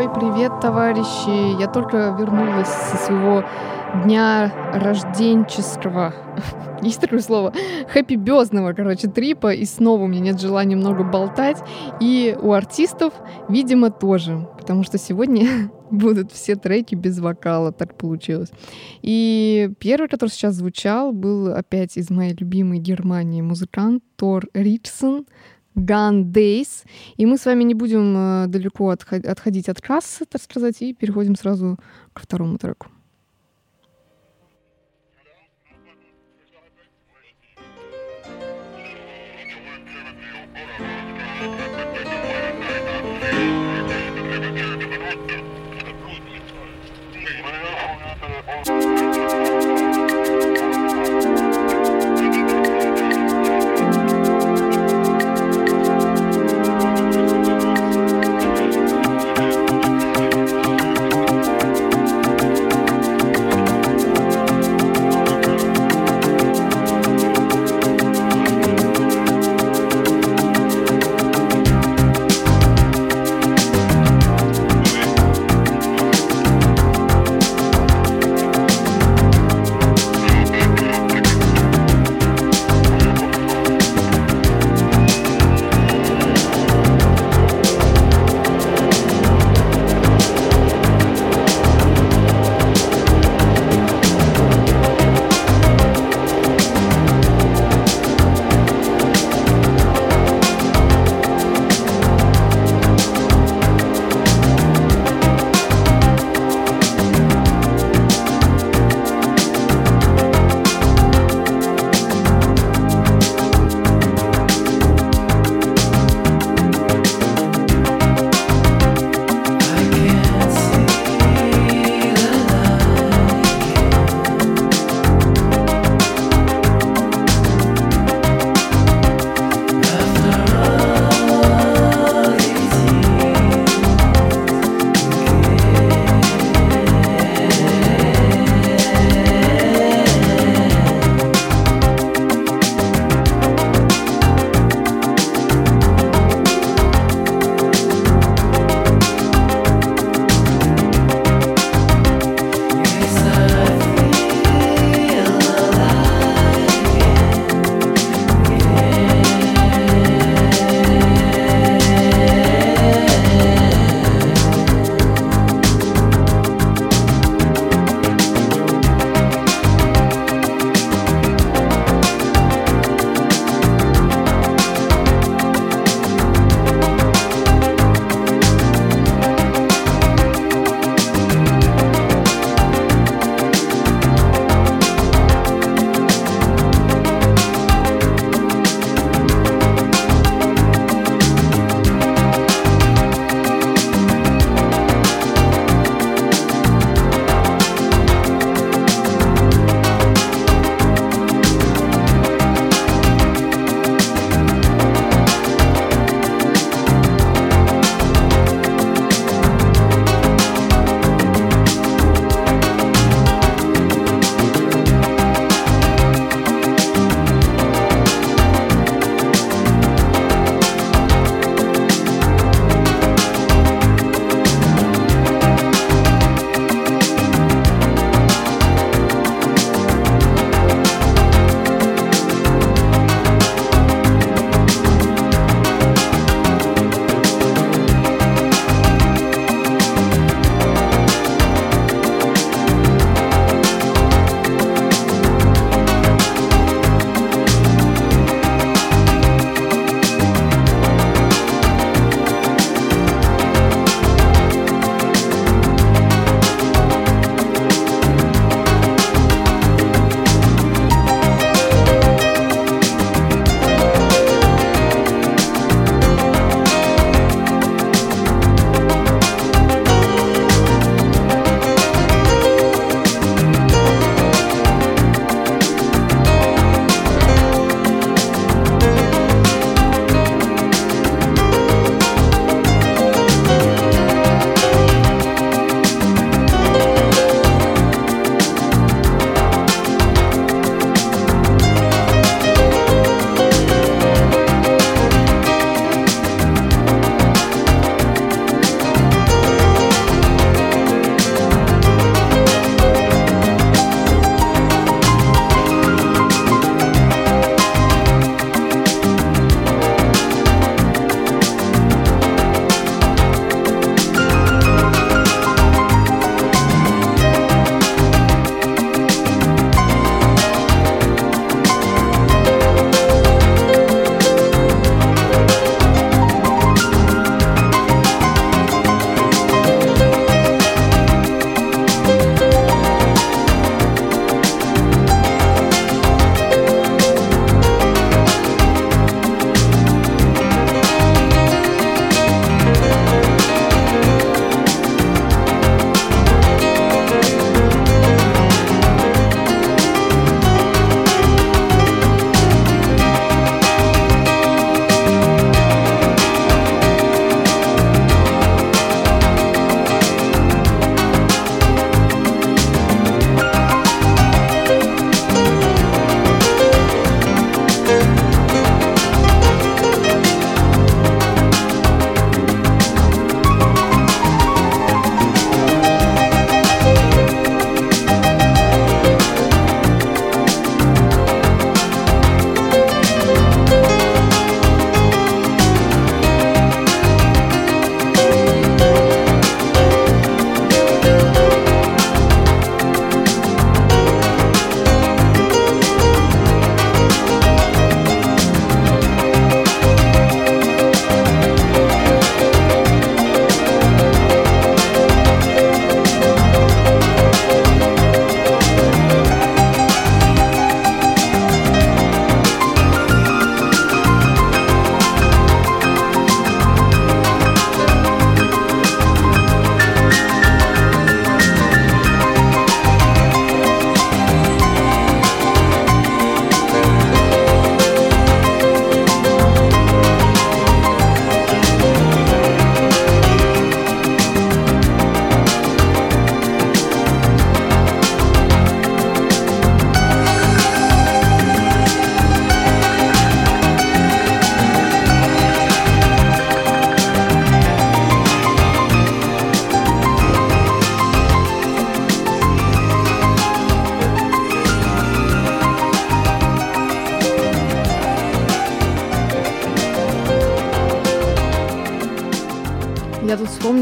Ой, привет, товарищи! Я только вернулась со своего дня рожденческого, есть такое слово, хэппи-бёздного, трипа, и снова у меня нет желания много болтать, и у артистов, видимо, тоже, потому что сегодня будут все треки без вокала, так получилось. И первый, который сейчас звучал, был опять из моей любимой Германии музыкант Тор Ричсон, Gun Days. И мы с вами не будем далеко отходить от кассы, так сказать, и переходим сразу ко второму треку.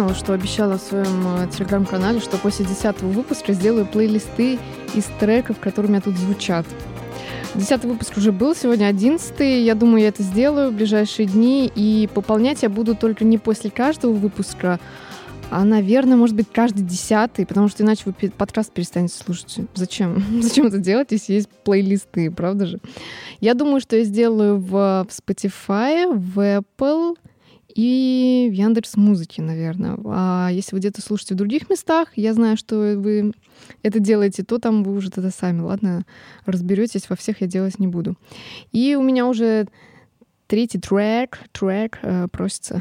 вспомнила, что обещала в своем телеграм-канале, что после 10-го выпуска сделаю плейлисты из треков, которые у меня тут звучат. 10-й выпуск уже был, сегодня 11-й. Я думаю, я это сделаю в ближайшие дни. И пополнять я буду только не после каждого выпуска, а, наверное, может быть, каждый 10-й, потому что иначе вы подкаст перестанете слушать. Зачем? Зачем это делать, если есть плейлисты, правда же? Я думаю, что я сделаю в Spotify, в Apple и в Яндекс.Музыке, наверное. А если вы где-то слушаете в других местах, я знаю, что вы это делаете, то там вы уже тогда сами, ладно, разберетесь, во всех я делать не буду. И у меня уже 3-й трек просится.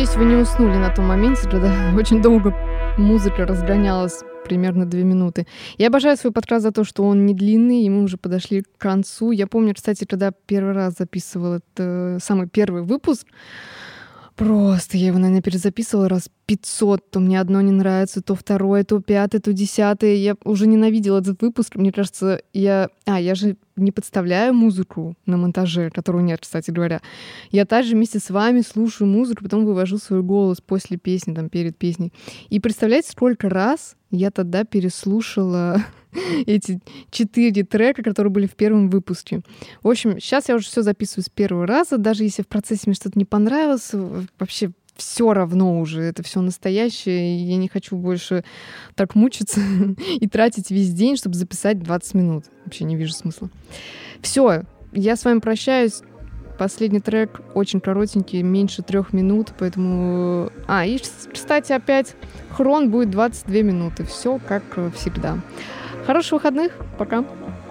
надеюсь, вы не уснули на том моменте, когда очень долго музыка разгонялась, примерно 2 минуты. Я обожаю свой подкаст за то, что он не длинный, и мы уже подошли к концу. Я помню, кстати, когда первый раз записывала самый первый выпуск, просто я его, наверное, перезаписывала раз 500. То мне одно не нравится, то второе, то пятое, то десятое. Я уже ненавидела этот выпуск. Мне кажется, я же не подставляю музыку на монтаже, которого нет, кстати говоря. Я также вместе с вами слушаю музыку, потом вывожу свой голос после песни, там, перед песней. И представляете, сколько раз я тогда переслушала эти 4 трека, которые были в первом выпуске. В общем, сейчас я уже все записываю с первого раза, даже если в процессе мне что-то не понравилось, вообще все равно уже, это все настоящее, и я не хочу больше так мучиться и тратить весь день, чтобы записать 20 минут. Вообще не вижу смысла. Все, я с вами прощаюсь. Последний трек очень коротенький, меньше 3 минут, поэтому... и, кстати, опять хрон будет 22 минуты. Все как всегда. Хороших выходных. Пока.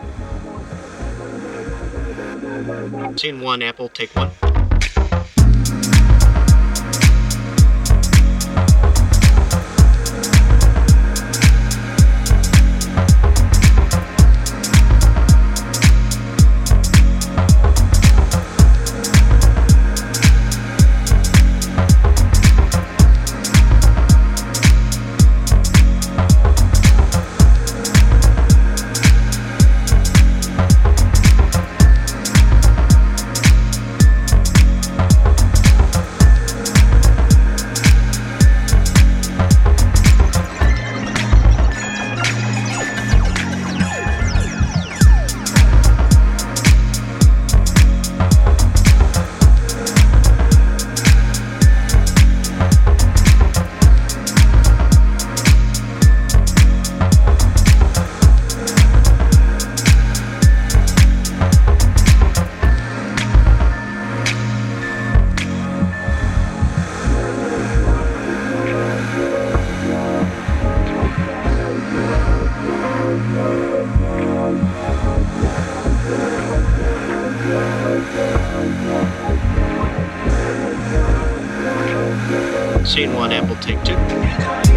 Scene 1, Apple, take 1. Scene 1, Apple, take 2.